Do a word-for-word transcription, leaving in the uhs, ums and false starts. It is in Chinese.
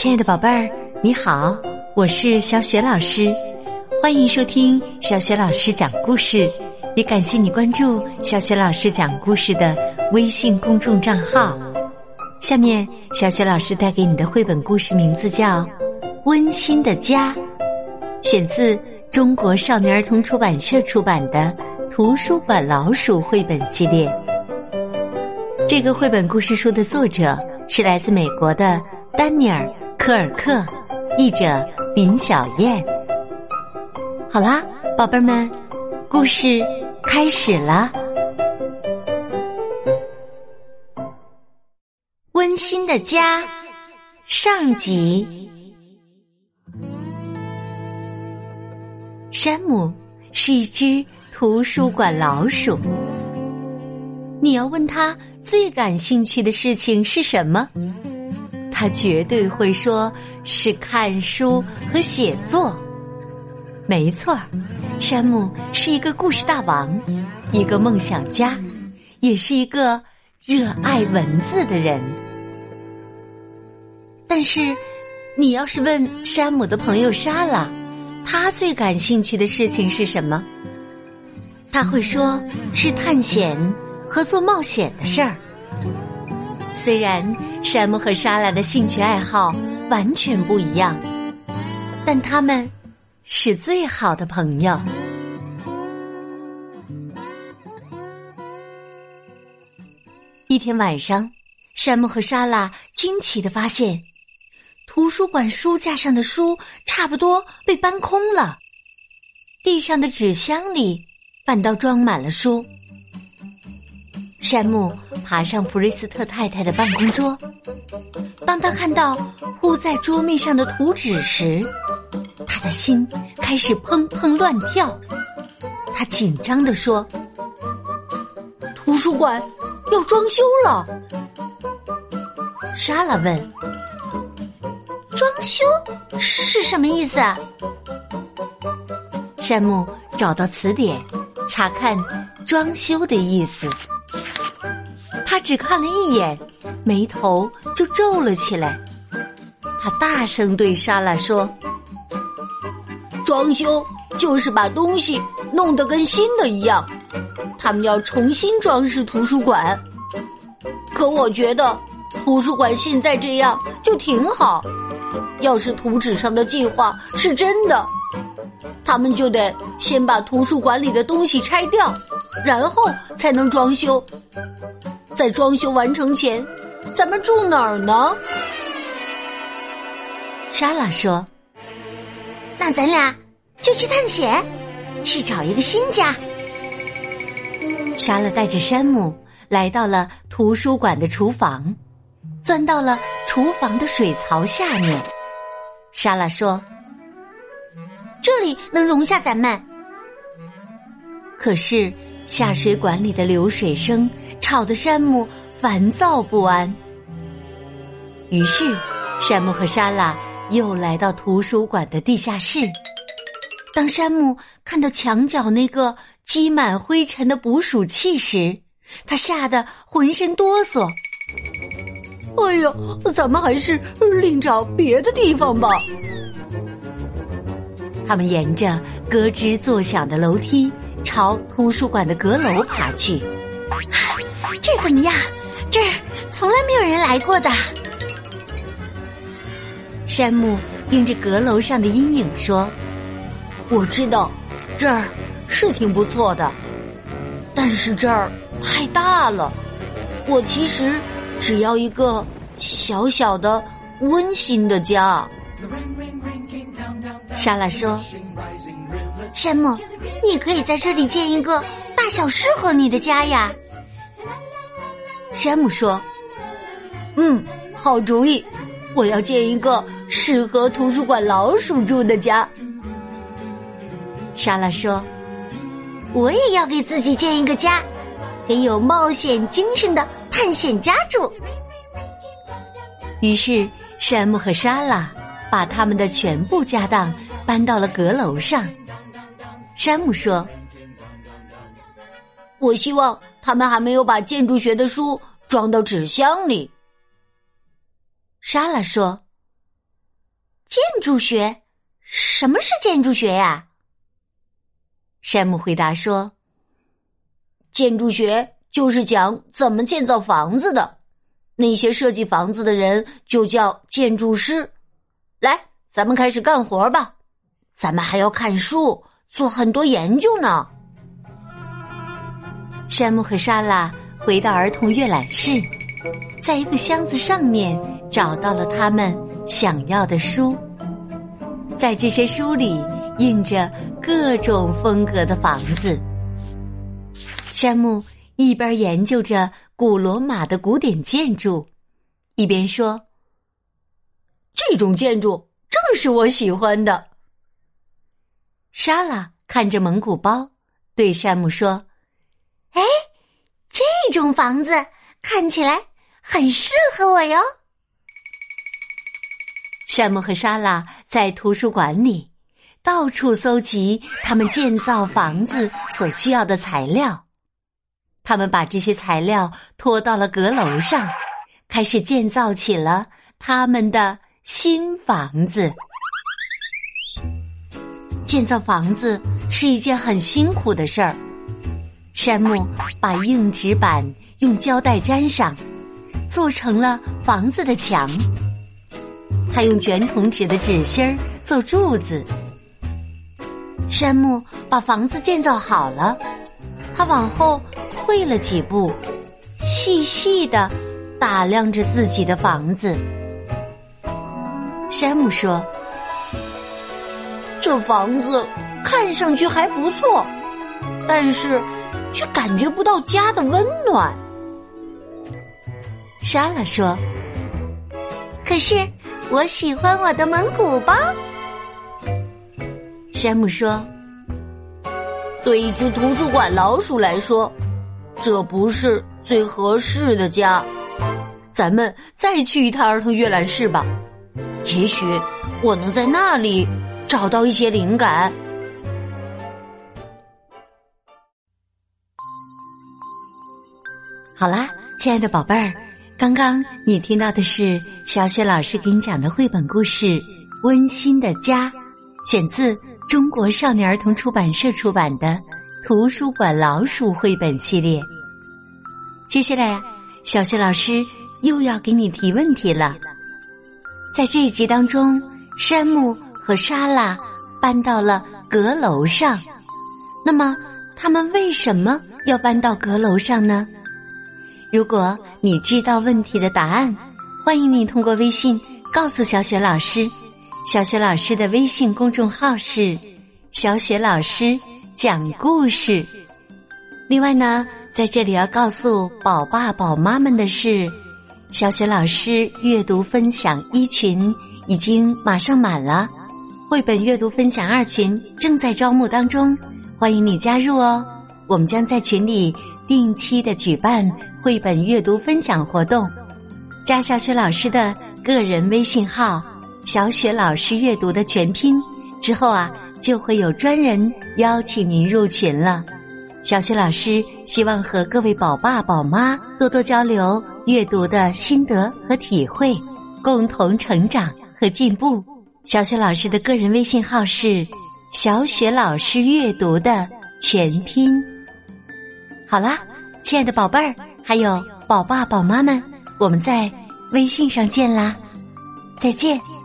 亲爱的宝贝儿，你好，我是小雪老师，欢迎收听小雪老师讲故事，也感谢你关注小雪老师讲故事的微信公众账号。下面小雪老师带给你的绘本故事名字叫《温馨的家》，选自中国少年儿童出版社出版的图书馆老鼠绘本系列。这个绘本故事书的作者是来自美国的丹尼尔·科尔克，译者林小燕。好啦，宝贝们，故事开始了。温馨的家上集。山姆是一只图书馆老鼠，你要问他最感兴趣的事情是什么，他绝对会说是看书和写作。没错，山姆是一个故事大王，一个梦想家，也是一个热爱文字的人。但是你要是问山姆的朋友莎拉，他最感兴趣的事情是什么，他会说是探险和做冒险的事儿。虽然山姆和莎拉的兴趣爱好完全不一样，但他们是最好的朋友。一天晚上，山姆和莎拉惊奇地发现，图书馆书架上的书差不多被搬空了，地上的纸箱里反倒装满了书。山姆爬上弗瑞斯特太太的办公桌，当他看到铺在桌面上的图纸时，他的心开始砰砰乱跳。他紧张地说：图书馆要装修了。莎拉问：装修是什么意思啊？山姆找到词典，查看装修的意思。他只看了一眼，眉头就皱了起来。他大声对莎拉说：装修就是把东西弄得跟新的一样，他们要重新装饰图书馆。可我觉得图书馆现在这样就挺好，要是图纸上的计划是真的，他们就得先把图书馆里的东西拆掉，然后才能装修。在装修完成前，咱们住哪儿呢？莎拉说：那咱俩就去探险，去找一个新家。莎拉带着山姆来到了图书馆的厨房，钻到了厨房的水槽下面。莎拉说：这里能容下咱们。可是下水管里的流水声吵得山姆烦躁不安。于是山姆和莎拉又来到图书馆的地下室。当山姆看到墙角那个积满灰尘的捕鼠器时，他吓得浑身哆嗦。哎呀，咱们还是另找别的地方吧。他们沿着咯吱作响的楼梯朝图书馆的阁楼爬去。这儿怎么样？这儿从来没有人来过的。山姆盯着阁楼上的阴影说：我知道这儿是挺不错的，但是这儿太大了，我其实只要一个小小的温馨的家。莎拉说：山姆，你可以在这里建一个大小适合你的家呀。山姆说：嗯，好主意，我要建一个适合图书馆老鼠住的家。莎拉说：我也要给自己建一个家，给有冒险精神的探险家住。于是山姆和莎拉把他们的全部家当搬到了阁楼上。山姆说：我希望他们还没有把建筑学的书装到纸箱里。莎拉说： 建筑学？什么是建筑学呀？山姆回答说，建筑学就是讲怎么建造房子的，那些设计房子的人就叫建筑师。来，咱们开始干活吧，咱们还要看书，做很多研究呢。山姆和莎拉回到儿童阅览室，在一个箱子上面找到了他们想要的书。在这些书里印着各种风格的房子。山姆一边研究着古罗马的古典建筑，一边说，这种建筑正是我喜欢的。莎拉看着蒙古包，对山姆说，哎，这种房子看起来很适合我哟。山姆和莎拉在图书馆里到处搜集他们建造房子所需要的材料，他们把这些材料拖到了阁楼上，开始建造起了他们的新房子。建造房子是一件很辛苦的事儿。山姆把硬纸板用胶带粘上，做成了房子的墙。他用卷筒纸的纸芯儿做柱子。山姆把房子建造好了，他往后退了几步，细细地打量着自己的房子。山姆说，这房子看上去还不错，但是却感觉不到家的温暖。莎拉说，可是我喜欢我的蒙古包。山姆说，对一只图书馆老鼠来说，这不是最合适的家。咱们再去一趟儿童阅览室吧，也许我能在那里找到一些灵感。好啦，亲爱的宝贝儿，刚刚你听到的是小雪老师给你讲的绘本故事《温馨的家》，选自中国少年儿童出版社出版的《图书馆老鼠》绘本系列。接下来呀，小雪老师又要给你提问题了。在这一集当中，山姆和莎拉搬到了阁楼上，那么他们为什么要搬到阁楼上呢？如果你知道问题的答案，欢迎你通过微信告诉小雪老师。小雪老师的微信公众号是小雪老师讲故事。另外呢，在这里要告诉宝爸宝妈们的是，小雪老师阅读分享一群已经马上满了，绘本阅读分享二群正在招募当中，欢迎你加入哦。我们将在群里定期的举办绘本阅读分享活动，加小雪老师的个人微信号小雪老师阅读的全拼之后啊，就会有专人邀请您入群了。小雪老师希望和各位宝爸宝妈多多交流阅读的心得和体会，共同成长和进步。小雪老师的个人微信号是小雪老师阅读的全拼。好啦，亲爱的宝贝儿，还有宝爸宝妈们，我们在微信上见啦，再见。